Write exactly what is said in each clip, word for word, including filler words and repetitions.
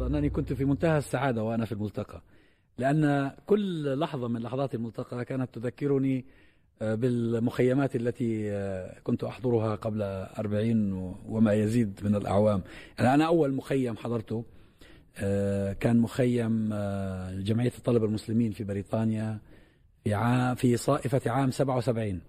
ألاحظ أنني كنت في منتهى السعادة وأنا في الملتقى، لأن كل لحظة من لحظات الملتقى كانت تذكرني بالمخيمات التي كنت أحضرها قبل أربعين وما يزيد من الأعوام. يعني أنا أول مخيم حضرته كان مخيم جمعية الطلبة المسلمين في بريطانيا في عام في صائفة عام سبعة وسبعين،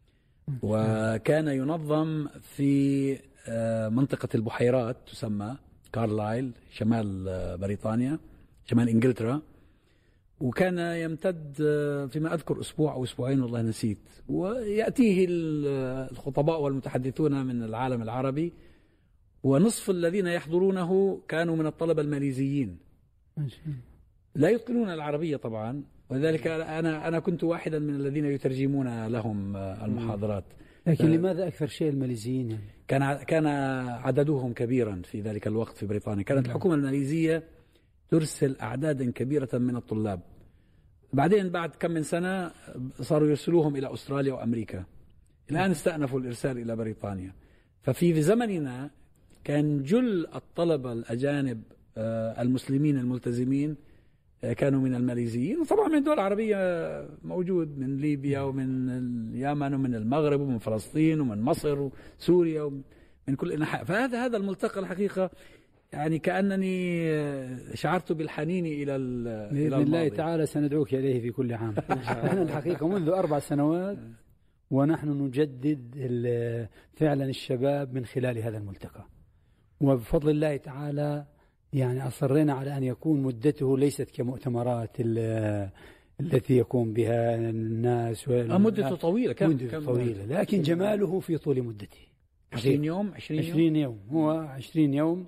وكان ينظم في منطقة البحيرات تسمى كارلايل شمال بريطانيا شمال إنجلترا، وكان يمتد فيما أذكر أسبوع أو أسبوعين والله نسيت، ويأتيه الخطباء والمتحدثون من العالم العربي، ونصف الذين يحضرونه كانوا من الطلبة الماليزيين لا يتقنون العربية طبعا، ولذلك أنا أنا كنت واحدا من الذين يترجمون لهم المحاضرات. لكن لماذا أكثر شيء الماليزيين؟ يعني؟ كان كان عددهم كبيرا في ذلك الوقت في بريطانيا، كانت الحكومة الماليزية ترسل أعدادا كبيرة من الطلاب. بعدين بعد كم من سنة صاروا يرسلوهم إلى أستراليا وأمريكا، الآن استأنفوا الإرسال إلى بريطانيا. ففي زمننا كان جل الطلبة الأجانب المسلمين الملتزمين كانوا من الماليزيين، وطبعا من دول عربية موجود، من ليبيا ومن اليمن ومن المغرب ومن فلسطين ومن مصر وسوريا ومن كل أنحاء. فهذا هذا الملتقى الحقيقة يعني كأنني شعرت بالحنين إلى بإذن الله تعالى سندعوك إليه في كل عام. نحن الحقيقة منذ أربع سنوات ونحن نجدد فعلا الشباب من خلال هذا الملتقى، وبفضل الله تعالى يعني أصرنا على أن يكون مدته ليست كمؤتمرات التي يقوم بها الناس، مدته طويلة كم مدته طويلة، لكن جماله في طول مدته. عشرين يوم عشرين يوم, عشرين يوم هو عشرين يوم.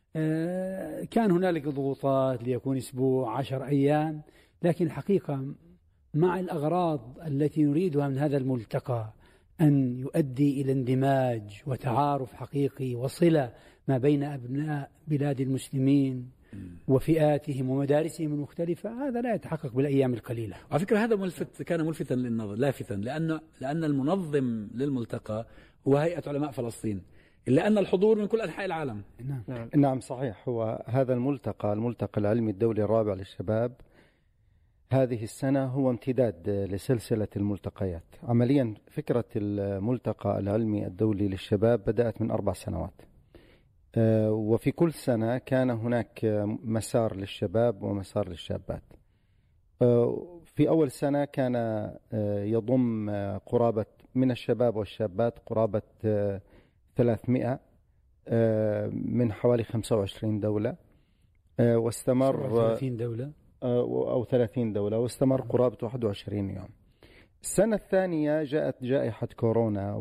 كان هنالك ضغوطات ليكون أسبوع عشر أيام، لكن الحقيقة مع الأغراض التي نريدها من هذا الملتقى أن يؤدي إلى اندماج وتعارف حقيقي وصلة ما بين أبناء بلاد المسلمين وفئاتهم ومدارسهم المختلفة، هذا لا يتحقق بالأيام القليلة. على فكرة هذا ملفت، كان ملفتا للنظر لافتا، لأن لأن المنظم للملتقى هو هيئة علماء فلسطين، إلا أن الحضور من كل أنحاء العالم. نعم. نعم صحيح. هو هذا الملتقى الملتقى العلمي الدولي الرابع للشباب هذه السنة هو امتداد لسلسلة الملتقيات. عمليا فكرة الملتقى العلمي الدولي للشباب بدأت من أربع سنوات، وفي كل سنة كان هناك مسار للشباب ومسار للشابات. في أول سنة كان يضم قرابة من الشباب والشابات قرابة ثلاثمائة من حوالي خمسة وعشرين دولة، واستمر ثلاثين دولة أو ثلاثين دولة، واستمر قرابة واحد وعشرين يوم. السنة الثانية جاءت جائحة كورونا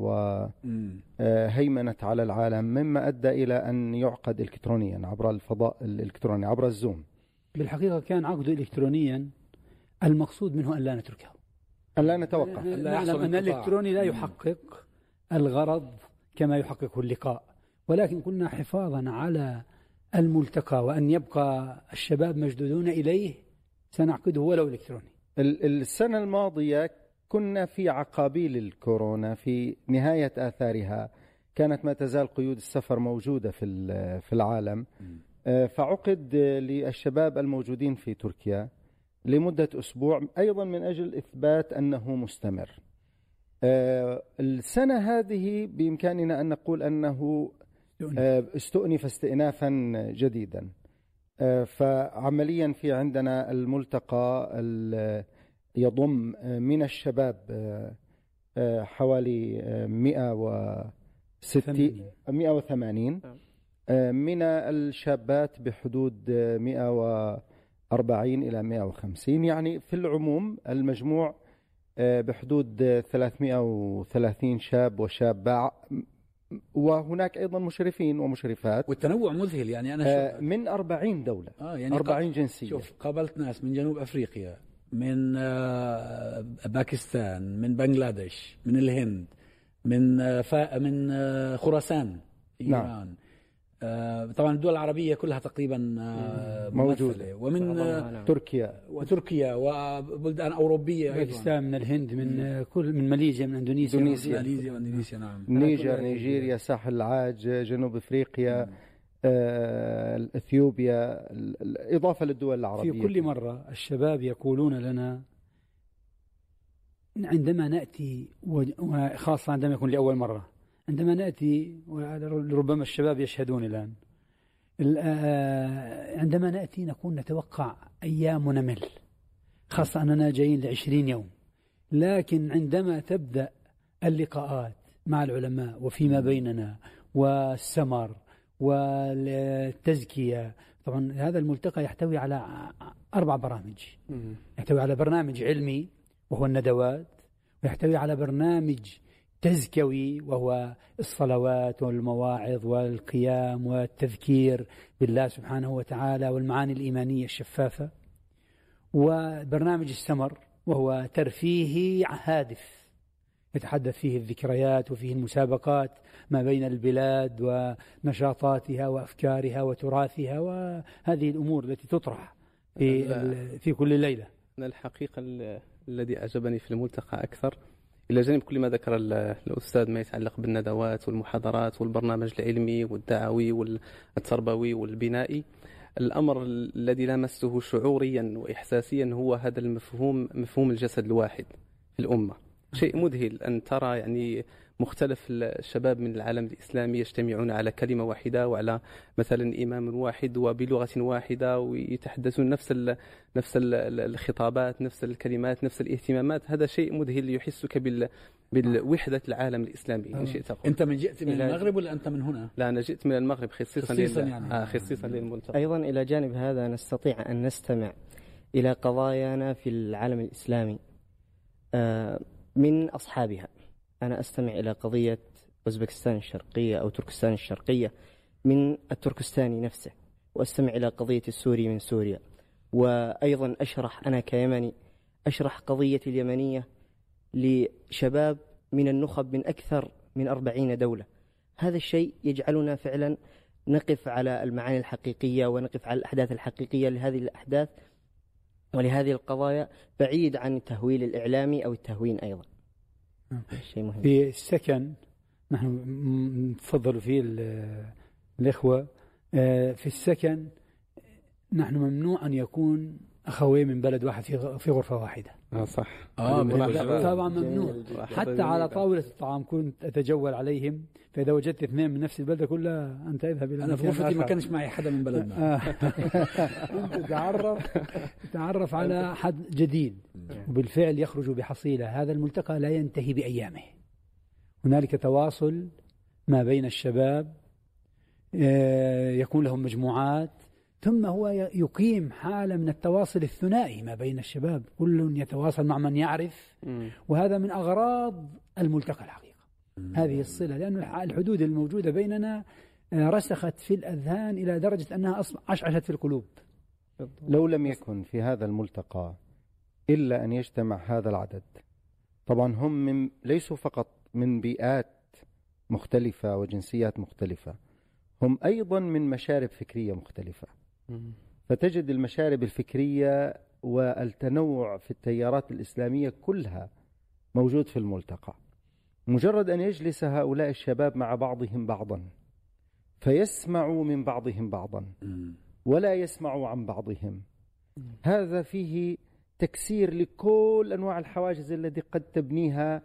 وهيمنت على العالم، مما أدى إلى أن يعقد إلكترونيا عبر الفضاء الإلكتروني عبر الزوم. بالحقيقة كان عقده إلكترونيا، المقصود منه أن لا نتركه، أن لا نتوقف، نعلم أن الإلكتروني لا يحقق الغرض كما يحققه اللقاء، ولكن كنا حفاظا على الملتقى وأن يبقى الشباب مشدودون إليه سنعقده ولو إلكتروني. السنة الماضية كنا في عقابيل الكورونا، في نهاية آثارها كانت ما تزال قيود السفر موجودة في في العالم، فعقد للشباب الموجودين في تركيا لمدة أسبوع أيضا من أجل إثبات أنه مستمر. السنة هذه بإمكاننا أن نقول أنه استؤنف استئنافا جديدا، فعمليا في عندنا الملتقى يضم من الشباب حوالي مئة وثمانين، من الشابات بحدود مئة وأربعين إلى مئة وخمسين، يعني في العموم المجموع بحدود ثلاثمئة وثلاثين شاب وشابة، وهناك أيضا مشرفين ومشرفات، والتنوع مذهل. يعني أنا من أربعين دولة، آه يعني أربعين جنسية. شوف قابلت ناس من جنوب أفريقيا، من باكستان، من بنغلاديش، من الهند، من من خراسان في نعم. إيران، طبعا الدول العربية كلها تقريبا موجودة، ومن تركيا وتركيا وبلدان أوروبية، باكستان، من الهند، من كل من ماليزيا، من اندونيسيا ماليزيا واندونيسيا، نعم، نيجر، نيجيريا، ساحل العاج، جنوب افريقيا، إثيوبيا، إضافة للدول العربية. في كل مرة الشباب يقولون لنا عندما نأتي، وخاصة عندما يكون لأول مرة، عندما نأتي، وربما الشباب يشهدون الآن، عندما نأتي نكون نتوقع أيام ونمل، خاصة أننا جايين لعشرين يوم، لكن عندما تبدأ اللقاءات مع العلماء وفيما بيننا والسمر والتزكية، طبعا هذا الملتقى يحتوي على أربع برامج. يحتوي على برنامج علمي وهو الندوات، ويحتوي على برنامج تزكوي وهو الصلوات والمواعظ والقيام والتذكير بالله سبحانه وتعالى والمعاني الإيمانية الشفافة، وبرنامج السمر وهو ترفيهي هادف يتحدث فيه الذكريات وفيه المسابقات ما بين البلاد ونشاطاتها وأفكارها وتراثها وهذه الأمور التي تطرح في, في كل ليلة. الحقيقة الذي أعجبني في الملتقى أكثر، إلى جانب كل ما ذكر الأستاذ ما يتعلق بالندوات والمحاضرات والبرنامج العلمي والدعوي والتربوي والبنائي، الأمر الذي لمسته شعوريا وإحساسيا هو هذا المفهوم، مفهوم الجسد الواحد في الأمة. شيء مذهل أن ترى يعني مختلف الشباب من العالم الإسلامي يجتمعون على كلمة واحدة وعلى مثلا إمام واحد وبلغة واحدة ويتحدثون نفس ال نفس ال الخطابات، نفس الكلمات، نفس الاهتمامات. هذا شيء مذهل يحسك بال بالوحدة العالم الإسلامي. إن شئت أقول. أنت من جئت من المغرب ولا أنت من هنا؟ لا، أنا جئت من المغرب خصيصا خصيصا يعني. آه خصيصا للملتقى. أيضا إلى جانب هذا نستطيع أن نستمع إلى قضايانا في العالم الإسلامي آه من أصحابها. أنا أستمع إلى قضية أوزبكستان الشرقية أو تركستان الشرقية من التركستاني نفسه، وأستمع إلى قضية السوري من سوريا، وأيضا أشرح أنا كيمني أشرح قضية اليمنية لشباب من النخب من أكثر من أربعين دولة. هذا الشيء يجعلنا فعلا نقف على المعاني الحقيقية ونقف على الأحداث الحقيقية لهذه الأحداث ولهذه القضايا، بعيد عن التهويل الإعلامي أو التهوين. أيضا شيء مهم في السكن نحن نفضل فيه الإخوة في السكن، نحن ممنوع أن يكون أخوين من بلد واحد في في غرفة واحدة. آه صح. آه طبعا ممنوع. حتى على طاولة الطعام كنت أتجول عليهم، فإذا وجدت اثنين من نفس البلدة كلها أنت اذهب إلى أنا في غرفتي ما كانش معي حدا من بلدنا. أنت تعرف تعرف على حد جديد، وبالفعل يخرج بحصيلة. هذا الملتقى لا ينتهي بأيامه، هنالك تواصل ما بين الشباب، يكون لهم مجموعات، ثم هو يقيم حالة من التواصل الثنائي ما بين الشباب، كل يتواصل مع من يعرف، وهذا من أغراض الملتقى الحقيقة. هذه الصلة، لأن الحدود الموجودة بيننا رسخت في الأذهان إلى درجة أنها عشعشت في القلوب. لو لم يكن في هذا الملتقى إلا أن يجتمع هذا العدد، طبعا هم من ليسوا فقط من بيئات مختلفة وجنسيات مختلفة، هم أيضا من مشارب فكرية مختلفة، فتجد المشارب الفكرية والتنوع في التيارات الإسلامية كلها موجود في الملتقى. مجرد أن يجلس هؤلاء الشباب مع بعضهم بعضا فيسمعوا من بعضهم بعضا ولا يسمعوا عن بعضهم، هذا فيه تكسير لكل أنواع الحواجز التي قد تبنيها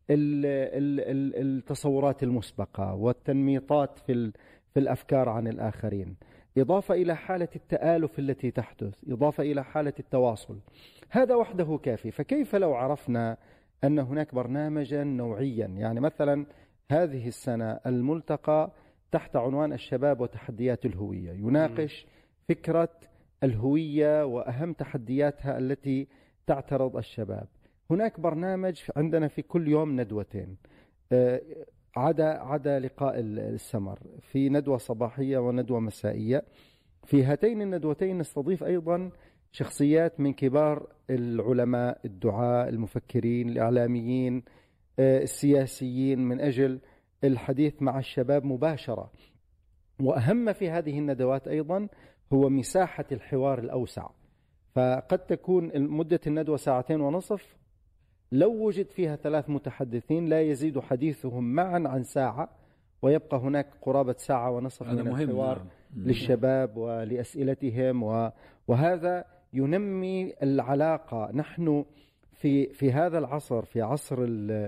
التصورات المسبقة والتنميطات في في الأفكار عن الآخرين، إضافة إلى حالة التآلف التي تحدث، إضافة إلى حالة التواصل. هذا وحده كافي. فكيف لو عرفنا أن هناك برنامجا نوعيا، يعني مثلا هذه السنة الملتقى تحت عنوان الشباب وتحديات الهوية، يناقش فكرة الهوية وأهم تحدياتها التي تعترض الشباب. هناك برنامج عندنا في كل يوم ندوتين، عدا عدا لقاء السمر، في ندوة صباحية وندوة مسائية. في هاتين الندوتين نستضيف أيضا شخصيات من كبار العلماء، الدعاء، المفكرين، الإعلاميين، السياسيين، من أجل الحديث مع الشباب مباشرة. وأهم في هذه الندوات أيضا هو مساحة الحوار الأوسع، فقد تكون مدة الندوة ساعتين ونصف، لو وجد فيها ثلاث متحدثين لا يزيد حديثهم معا عن ساعة، ويبقى هناك قرابة ساعة ونصف من الحوار للشباب ولأسئلتهم، وهذا ينمي العلاقة. نحن في في هذا العصر، في عصر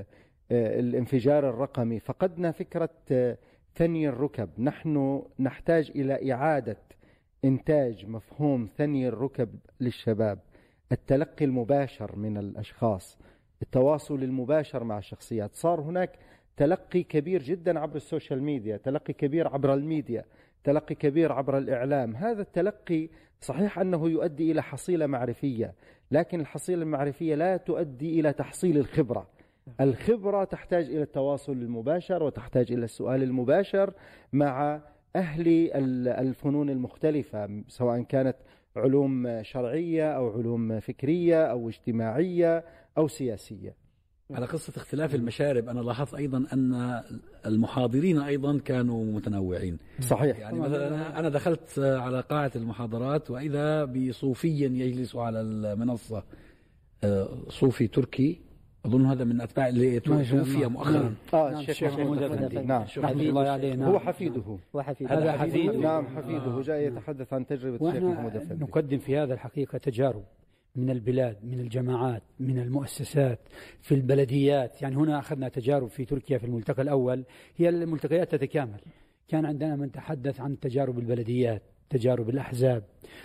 الانفجار الرقمي، فقدنا فكرة ثني الركب. نحن نحتاج إلى إعادة إنتاج مفهوم ثني الركب للشباب، التلقي المباشر من الأشخاص، التواصل المباشر مع الشخصيات. صار هناك تلقي كبير جدا عبر السوشيال ميديا، تلقي كبير عبر الميديا، تلقي كبير عبر الإعلام. هذا التلقي صحيح أنه يؤدي إلى حصيلة معرفية، لكن الحصيلة المعرفية لا تؤدي إلى تحصيل الخبرة. الخبرة تحتاج إلى التواصل المباشر، وتحتاج إلى السؤال المباشر مع أهل الفنون المختلفة، سواء كانت علوم شرعية أو علوم فكرية أو اجتماعية أو سياسية. على قصة اختلاف المشارب، أنا لاحظت أيضا أن المحاضرين أيضا كانوا متنوعين. صحيح. يعني مثلا أنا دخلت على قاعة المحاضرات وإذا بصوفي يجلس على المنصة، صوفي تركي، أظن هذا من أتباع اللي توفي مؤخرا. آه الشيخ محمود أفندي. نعم رحمة الله عليه. نعم. هو حفيده. هذا حفيده. نعم حفيده. جاء يتحدث عن تجربة الشيخ محمود أفندي. نقدم في هذا الحقيقة تجارب من البلاد، من الجماعات، من المؤسسات، في البلديات. يعني هنا أخذنا تجارب في تركيا في الملتقى الأول، هي الملتقيات تتكامل. كان عندنا من تحدث عن تجارب البلديات، تجارب الأحزاب،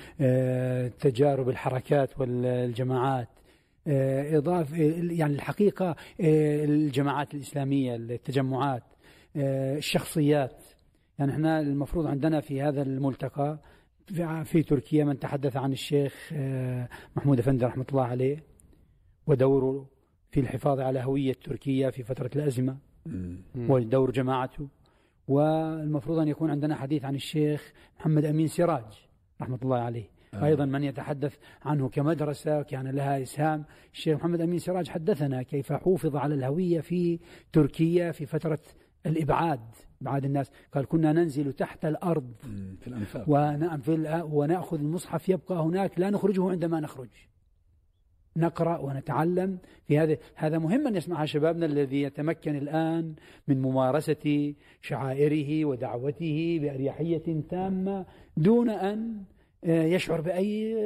تجارب الحركات والجماعات، إضافة يعني الحقيقة الجماعات الإسلامية، التجمعات، الشخصيات. يعني احنا المفروض عندنا في هذا الملتقى في تركيا من تحدث عن الشيخ محمود أفندي رحمة الله عليه ودوره في الحفاظ على هوية تركيا في فترة الأزمة ودور جماعته. والمفروض أن يكون عندنا حديث عن الشيخ محمد أمين سراج رحمة الله عليه، أيضا من يتحدث عنه كمدرسة كان لها إسهام. الشيخ محمد أمين سراج حدثنا كيف حوفظ على الهوية في تركيا في فترة الإبعاد، بعد الناس. قال كنا ننزل تحت الأرض في الأنفاق ونأخذ المصحف يبقى هناك، لا نخرجه عندما نخرج، نقرأ ونتعلم في هذا. هذا مهم أن يسمعها شبابنا الذي يتمكن الآن من ممارسة شعائره ودعوته بأريحية تامة دون أن يشعر بأي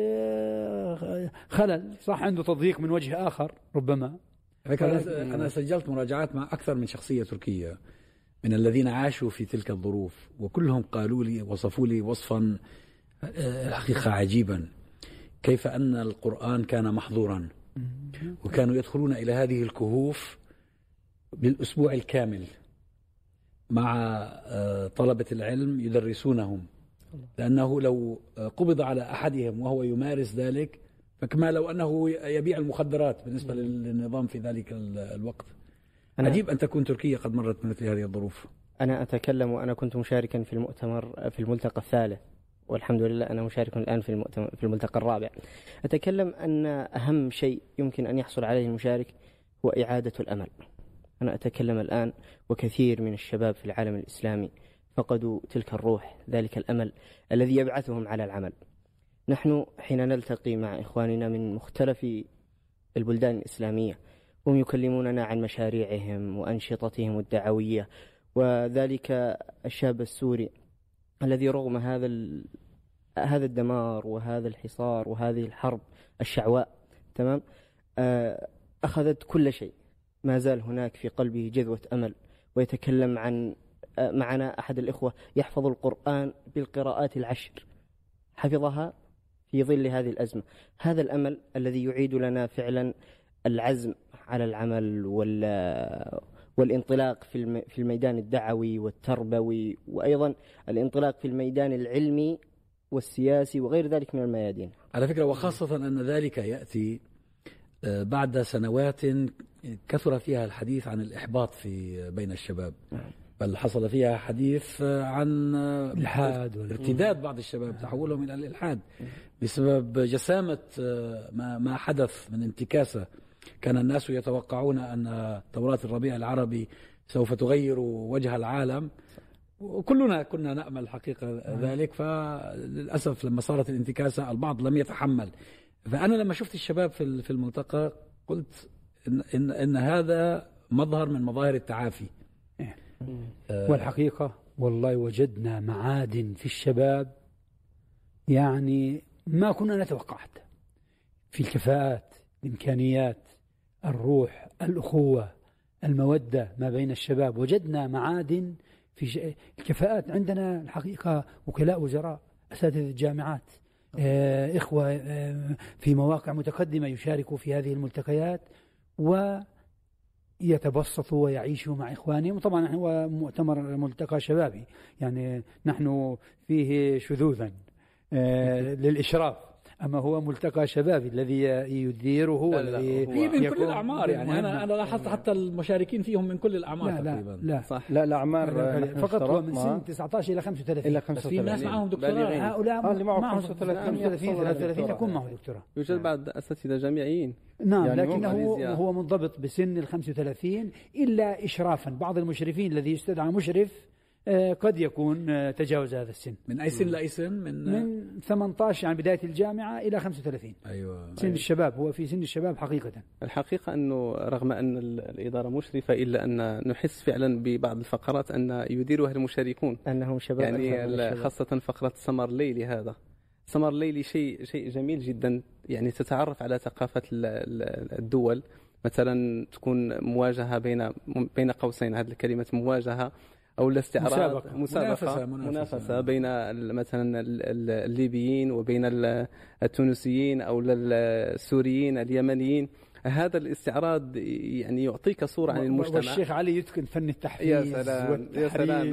خلل. صح عنده تضييق من وجه آخر ربما. أنا سجلت مراجعات مع أكثر من شخصية تركية من الذين عاشوا في تلك الظروف، وكلهم قالوا لي، وصفوا لي وصفا حقيقة عجيبا، كيف أن القرآن كان محظورا، وكانوا يدخلون إلى هذه الكهوف بالأسبوع الكامل مع طلبة العلم يدرسونهم، لأنه لو قبض على أحدهم وهو يمارس ذلك فكما لو أنه يبيع المخدرات بالنسبة للنظام في ذلك الوقت. عجيب أن تكون تركيا قد مرت بمثل هذه الظروف. أنا أتكلم وأنا كنت مشاركا في المؤتمر في الملتقى الثالث، والحمد لله أنا مشارك الآن في المؤتمر في الملتقى الرابع. أتكلم أن أهم شيء يمكن أن يحصل عليه المشارك هو إعادة الأمل. أنا أتكلم الآن وكثير من الشباب في العالم الإسلامي فقدوا تلك الروح، ذلك الأمل الذي يبعثهم على العمل. نحن حين نلتقي مع إخواننا من مختلف البلدان الإسلامية هم يكلموننا عن مشاريعهم وأنشطتهم الدعوية، وذلك الشاب السوري الذي رغم هذا هذا الدمار وهذا الحصار وهذه الحرب الشعواء تمام أخذت كل شيء، ما زال هناك في قلبه جذوة أمل، ويتكلم عن معنا أحد الإخوة يحفظ القرآن بالقراءات العشر، حفظها في ظل هذه الأزمة. هذا الأمل الذي يعيد لنا فعلا العزم على العمل والانطلاق في الميدان الدعوي والتربوي، وأيضا الانطلاق في الميدان العلمي والسياسي وغير ذلك من الميادين. على فكرة، وخاصة أن ذلك يأتي بعد سنوات كثر فيها الحديث عن الإحباط في بين الشباب، بل حصل فيها حديث عن الإلحاد ارتداد بعض الشباب، تحولهم إلى الإلحاد بسبب جسامة ما ما حدث من انتكاسة. كان الناس يتوقعون أن ثورات الربيع العربي سوف تغير وجه العالم، وكلنا كنا نأمل حقيقة ذلك، فللأسف لما صارت الانتكاسة البعض لم يتحمل. فأنا لما شفت الشباب في في الملتقى قلت إن, إن, إن هذا مظهر من مظاهر التعافي. والحقيقة والله وجدنا معادن في الشباب يعني ما كنا نتوقع حتى في الكفاءات، الإمكانيات، الروح، الأخوة، المودة ما بين الشباب. وجدنا معادن في الكفاءات. عندنا الحقيقة وكلاء وزراء، أساتذة الجامعات، إخوة في مواقع متقدمة يشاركوا في هذه الملتقيات ويتبسطوا ويعيشوا مع إخوانهم. وطبعا هو مؤتمر ملتقى شبابي، يعني نحن فيه شذوذا للإشراف، أما هو ملتقى شبابي الذي يديره والذي فيه من كل الأعمار. يعني أنا أنا لاحظت حتى المشاركين فيهم من كل الأعمار لا تقريبا. لا لا صح. لا الأعمار فقط هو من سن تسعة عشر إلى خمسة وثلاثين. إلى خمسة وثلاثين. في ناس معهم دكتوراه. هؤلاء اللي معهم معهم خمسة وثلاثين ثلاثة وثلاثين يكون معه دكتوراه. يوجد بعض أساتذة جامعيين. نعم يعني لكنه هو منضبط بسن ال خمسة وثلاثين إلا إشرافا. بعض المشرفين الذي يستدعى مشرف قد يكون تجاوز هذا السن. من أي سن لأي سن؟ من من ثمانية عشر يعني بداية الجامعة إلى خمسة وثلاثين. أيوة. سن الشباب، هو في سن الشباب حقيقة. الحقيقة أنه رغم أن الإدارة مشرفة إلا أن نحس فعلا ببعض الفقرات أن يديرها المشاركون أنهم شباب، يعني خاصة فقرة السمر الليلي. هذا السمر الليلي شيء شيء جميل جدا، يعني تتعرف على ثقافة الدول. مثلا تكون مواجهة بين بين قوسين، هذه الكلمة مواجهة أو الاستعراض، مسابقة. مسابقة منافسة, منافسة, منافسة بين مثلا الليبيين وبين التونسيين أو السوريين اليمنيين. هذا الاستعراض يعني يعطيك صورة عن المجتمع. والشيخ علي يتقن فن التحفيز. يا سلام يا سلام.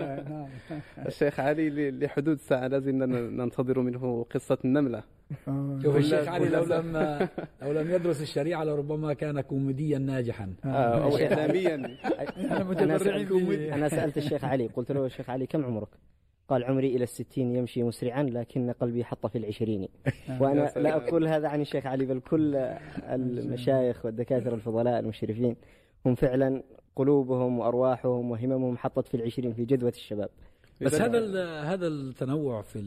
الشيخ علي لحدود ساعة لازلنا ننتظر منه قصة النملة. شوف الشيخ علي لو لم لو لم يدرس الشريعة لربما كان كوميديا ناجحا أو إعلاميا. أنا, أنا سألت الشيخ علي، قلت له الشيخ علي كم عمرك؟ قال عمري إلى الستين يمشي مسرعا لكن قلبي حط في العشرين. وأنا لا أقول هذا عن الشيخ علي بل كل المشايخ والدكاترة الفضلاء المشرفين هم فعلا قلوبهم وأرواحهم وهممهم حطت في العشرين في جدوى الشباب. بس هذا هذا التنوع في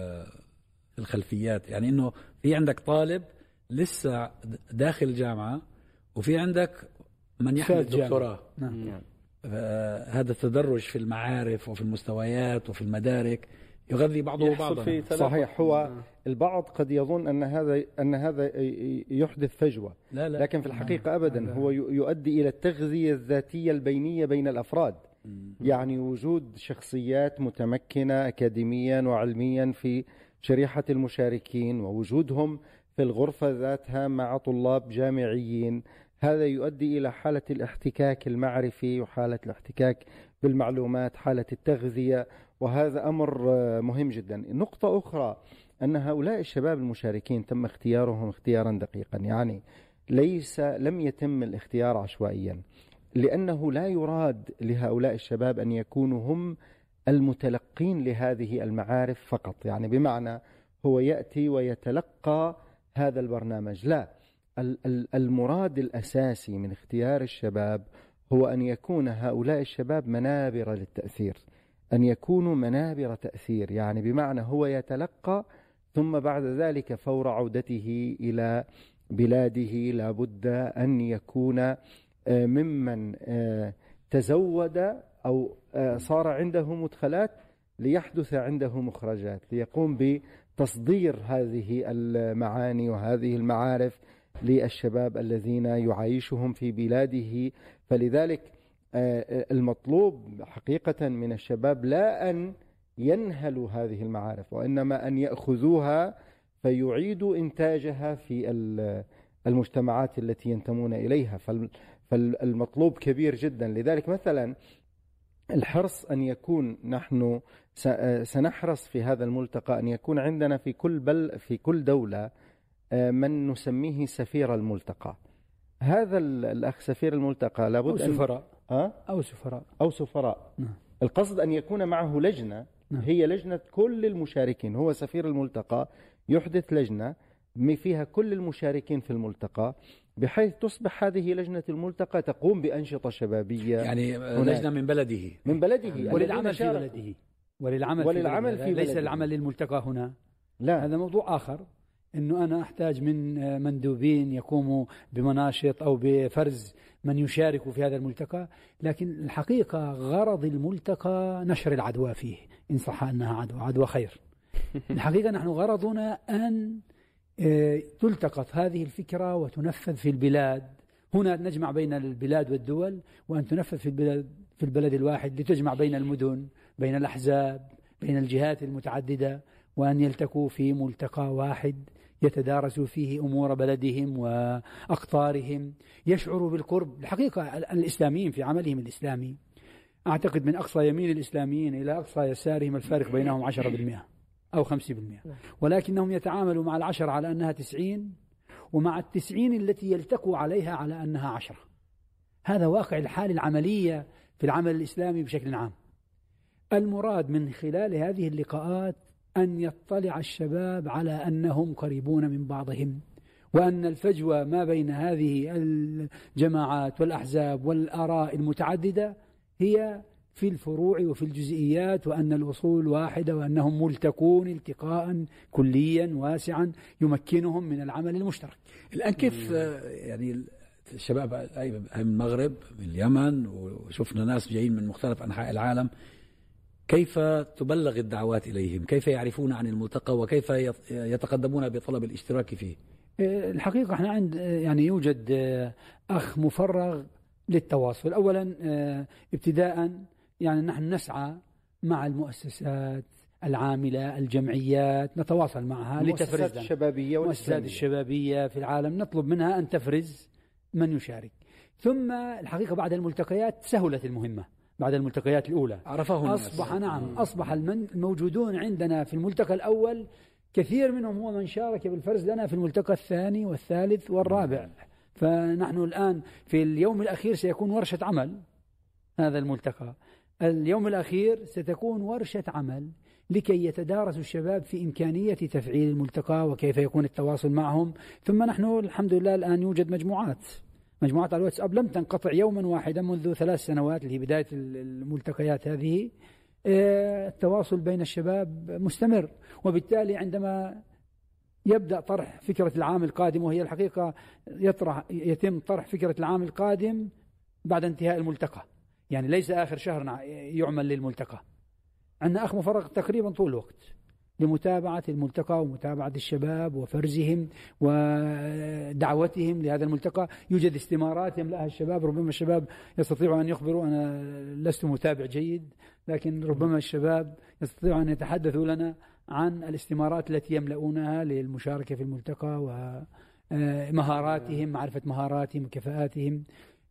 الخلفيات، يعني إنه في عندك طالب لسه داخل الجامعة وفي عندك من يحمل دكتوراه. نعم. هذا التدرج في المعارف وفي المستويات وفي المدارك يغذي بعضه بعضا. صحيح. هو البعض قد يظن أن هذا أن هذا يحدث فجوة، لا لا. لكن في الحقيقة أبدا هو يؤدي إلى التغذية الذاتية البينية بين الأفراد. يعني وجود شخصيات متمكنة أكاديميا وعلميا في شريحة المشاركين ووجودهم في الغرفة ذاتها مع طلاب جامعيين، هذا يؤدي إلى حالة الاحتكاك المعرفي وحالة الاحتكاك بالمعلومات، حالة التغذية، وهذا أمر مهم جدا. نقطة أخرى أن هؤلاء الشباب المشاركين تم اختيارهم اختيارا دقيقا، يعني ليس لم يتم الاختيار عشوائيا، لأنه لا يراد لهؤلاء الشباب أن يكونوا هم المتلقين لهذه المعارف فقط، يعني بمعنى هو يأتي ويتلقى هذا البرنامج، لا. المراد الأساسي من اختيار الشباب هو أن يكون هؤلاء الشباب منابر للتأثير، أن يكونوا منابر تأثير، يعني بمعنى هو يتلقى ثم بعد ذلك فور عودته إلى بلاده لابد أن يكون ممن تزود أو صار عنده مدخلات ليحدث عنده مخرجات، ليقوم بتصدير هذه المعاني وهذه المعارف للشباب الذين يعيشهم في بلاده. فلذلك المطلوب حقيقة من الشباب لا أن ينهلوا هذه المعارف، وإنما أن يأخذوها فيعيدوا إنتاجها في المجتمعات التي ينتمون إليها. فالمطلوب كبير جدا. لذلك مثلا الحرص أن يكون، نحن سنحرص في هذا الملتقى أن يكون عندنا في كل بل في كل دولة من نسميه سفير الملتقى. هذا الأخ سفير الملتقى لابد أو سفراء أن أو سفراء أو سفراء نعم. القصد أن يكون معه لجنة، نعم. هي لجنة كل المشاركين. هو سفير الملتقى يحدث لجنة فيها كل المشاركين في الملتقى، بحيث تصبح هذه لجنة الملتقى تقوم بأنشطة شبابية، يعني لجنة من بلده من بلده وللعمل في بلده وللعمل, وللعمل في بلده. ليس بلده. العمل للملتقى هنا، لا، هذا موضوع آخر. أنه أنا أحتاج من مندوبين يقوموا بمناشط أو بفرز من يشارك في هذا الملتقى، لكن الحقيقة غرض الملتقى نشر العدوى فيه، إن صح أنها عدوى عدوى خير. الحقيقة نحن غرضنا أن تلتقط هذه الفكرة وتنفذ في البلاد. هنا نجمع بين البلاد والدول، وأن تنفذ في البلد في البلد الواحد، لتجمع بين المدن، بين الأحزاب، بين الجهات المتعددة، وأن يلتقوا في ملتقى واحد يتدارسوا فيه أمور بلدهم وأقطارهم، يشعروا بالقرب. الحقيقة الإسلاميين في عملهم الإسلامي أعتقد من أقصى يمين الإسلاميين إلى أقصى يسارهم الفارق بينهم عشرة بالمئة أو خمسة بالمئة، ولكنهم يتعاملوا مع العشرة على أنها تسعين، ومع التسعين التي يلتقوا عليها على أنها عشرة. هذا واقع الحال العملية في العمل الإسلامي بشكل عام. المراد من خلال هذه اللقاءات أن يطلع الشباب على أنهم قريبون من بعضهم، وأن الفجوة ما بين هذه الجماعات والأحزاب والآراء المتعددة هي في الفروع وفي الجزئيات، وأن الأصول واحدة، وأنهم ملتقون التقاء كليا واسعا يمكنهم من العمل المشترك. الآن كيف يعني الشباب من المغرب، من اليمن، وشفنا ناس جايين من مختلف أنحاء العالم، كيف تبلغ الدعوات إليهم؟ كيف يعرفون عن الملتقى وكيف يتقدمون بطلب الاشتراك فيه؟ الحقيقة احنا عند يعني يوجد أخ مفرغ للتواصل. أولا ابتداء يعني نحن نسعى مع المؤسسات العاملة، الجمعيات، نتواصل معها لتفرز المؤسسات الشبابية والمؤسسات الشبابية في العالم، نطلب منها أن تفرز من يشارك. ثم الحقيقة بعد الملتقيات سهلت المهمة. بعد الملتقيات الأولى عرفهم أصبح نعم أصبح الموجودون عندنا في الملتقى الأول كثير منهم هو من شارك بالفرز لنا في الملتقى الثاني والثالث والرابع. فنحن الآن في اليوم الأخير سيكون ورشة عمل. هذا الملتقى اليوم الأخير ستكون ورشة عمل لكي يتدارس الشباب في إمكانية تفعيل الملتقى وكيف يكون التواصل معهم. ثم نحن الحمد لله الآن يوجد مجموعات مجموعات على الواتساب لم تنقطع يوما واحدا منذ ثلاث سنوات اللي هي بداية الملتقيات هذه. التواصل بين الشباب مستمر، وبالتالي عندما يبدأ طرح فكرة العام القادم، وهي الحقيقة يطرح يتم طرح فكرة العام القادم بعد انتهاء الملتقى، يعني ليس آخر شهر يعمل للملتقى. عندنا أخ مفرغ تقريبا طول الوقت لمتابعة الملتقى ومتابعة الشباب وفرزهم ودعوتهم لهذا الملتقى. يوجد استمارات يملأها الشباب، ربما الشباب يستطيعوا أن يخبروا، أنا لست متابع جيد، لكن ربما الشباب يستطيعوا أن يتحدثوا لنا عن الاستمارات التي يملؤونها للمشاركة في الملتقى ومهاراتهم، معرفة مهاراتهم وكفاءاتهم.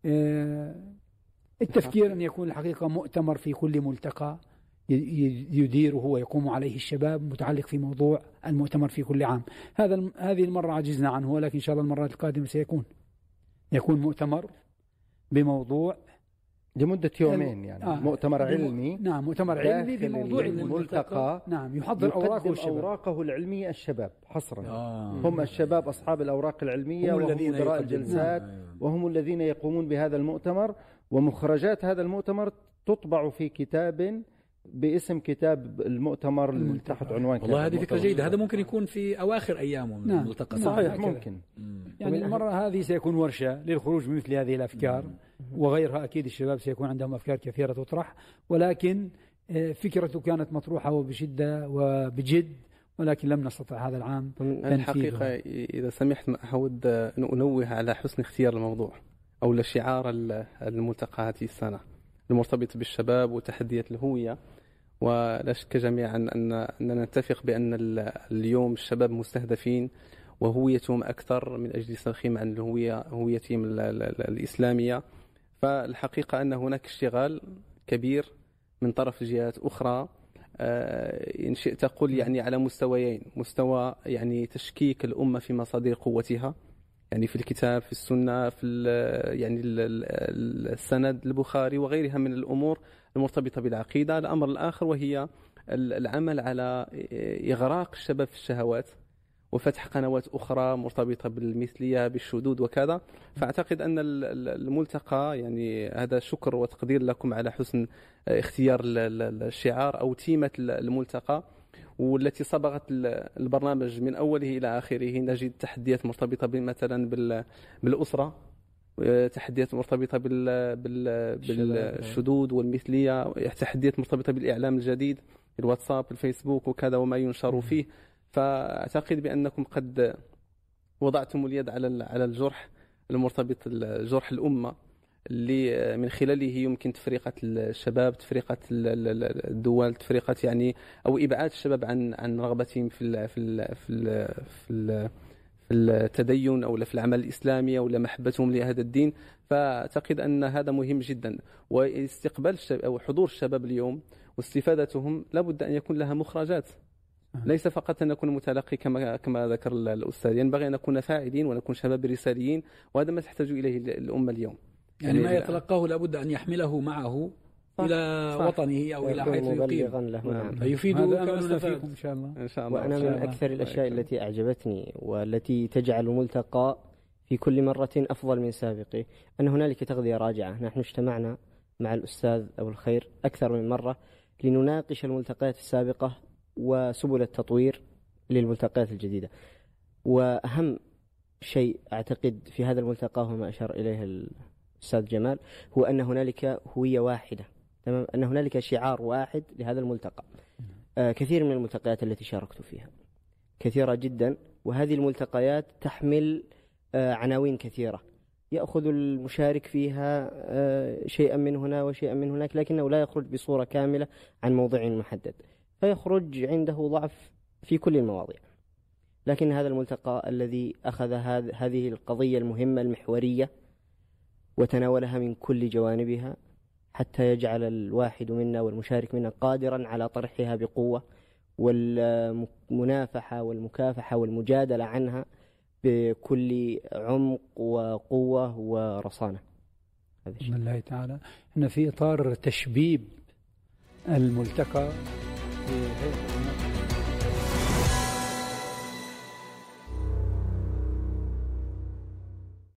التفكير أن يكون الحقيقة مؤتمر في كل ملتقى يديره ويقوم عليه الشباب متعلق في موضوع المؤتمر في كل عام. هذا هذه المرة عجزنا عنه، ولكن إن شاء الله المرات القادمة سيكون يكون مؤتمر بموضوع لمدة يومين، يعني آه مؤتمر علمي. نعم، مؤتمر علمي بموضوع الملتقى. نعم، يحضر أوراقه الشباب. أوراقه العلمية الشباب حصرا. آه. هم الشباب أصحاب الأوراق العلمية، وهم مدراء الجلسات، نعم. وهم الذين يقومون بهذا المؤتمر، ومخرجات هذا المؤتمر تطبع في كتاب باسم كتاب المؤتمر اللي تحت عنوان. والله هذه فكرة جيدة. هذا ممكن يكون في أواخر أيامه من نعم. الملتقى. صحيح، ممكن. يعني المرة هذه سيكون ورشة للخروج بمثل هذه الأفكار وغيرها. أكيد الشباب سيكون عندهم أفكار كثيرة تطرح، ولكن فكرته كانت مطروحة وبشدة وبجد، ولكن لم نستطع هذا العام تنفيذها. الحقيقة إذا سمحت أود أن أنوه على حسن اختيار الموضوع أو الشعار الملتقى هذه السنة المرتبط بالشباب وتحديات الهوية. ولا شك جميعا أن أننا نتفق بأن اليوم الشباب مستهدفين وهويتهم أكثر من أجل ترخيم عن الهوية هويتهم الإسلامية. فالحقيقة أن هناك اشتغال كبير من طرف جهات أخرى، إن شئت قل يعني على مستويين: مستوى يعني تشكيك الأمة في مصادر قوتها، يعني في الكتاب، في السنة، في يعني السند البخاري وغيرها من الأمور المرتبطة بالعقيدة. الأمر الآخر وهي العمل على إغراق الشباب في الشهوات وفتح قنوات أخرى مرتبطة بالمثلية، بالشذوذ وكذا. فأعتقد أن الملتقى يعني هذا شكر وتقدير لكم على حسن اختيار الشعار أو تيمة الملتقى. والتي صبغت البرنامج من أوله إلى آخره. نجد تحديات مرتبطة مثلا بالأسرة، تحديات مرتبطة بال بالشذوذ والمثلية، تحديات مرتبطة بالإعلام الجديد، الواتساب، الفيسبوك وكذا وما ينشر فيه. فأعتقد بأنكم قد وضعتم اليد على على الجرح المرتبط جرح الأمة، اللي من خلاله يمكن تفرقة الشباب، تفرقة الدول، تفرقة يعني أو إبعاد الشباب عن عن رغبتهم في ال في ال في ال في, ال في التدين أو في العمل الإسلامي أو محبتهم لهذا الدين. فأعتقد أن هذا مهم جدا، واستقبال أو حضور الشباب اليوم واستفادتهم لابد أن يكون لها مخرجات، ليس فقط أن نكون متلقي كما كما ذكر الأستاذ. ينبغي أن نكون فاعلين ونكون شباب رساليين، وهذا ما تحتاج إليه الأمة اليوم. يعني ما يتلقاه لابد أن يحمله معه صح إلى صح وطنه أو إلى حيث يقيم فيفيده كما نستفيد إن شاء الله. إن شاء الله. وأنا من أكثر الأشياء التي أعجبتني والتي تجعل الملتقى في كل مرة أفضل من سابقه أن هنالك تغذية راجعة. نحن اجتمعنا مع الأستاذ أبو الخير أكثر من مرة لنناقش الملتقيات السابقة وسبل التطوير للملتقيات الجديدة. وأهم شيء أعتقد في هذا الملتقى هو ما أشار إليه الأستاذ جمال، هو أن هنالك هوية واحدة، تمام، أن هنالك شعار واحد لهذا الملتقى. آه كثير من الملتقيات التي شاركت فيها كثيرة جدا، وهذه الملتقيات تحمل آه عناوين كثيرة، يأخذ المشارك فيها آه شيئا من هنا وشيئا من هناك، لكنه لا يخرج بصورة كاملة عن موضوع محدد، فيخرج عنده ضعف في كل المواضيع. لكن هذا الملتقى الذي أخذ هذه القضية المهمة المحورية وتناولها من كل جوانبها حتى يجعل الواحد منا والمشارك منا قادرا على طرحها بقوة، والمنافحة والمكافحة والمجادلة عنها بكل عمق وقوة ورصانة. بسم الله تعالى. احنا في إطار تشبيب الملتقى في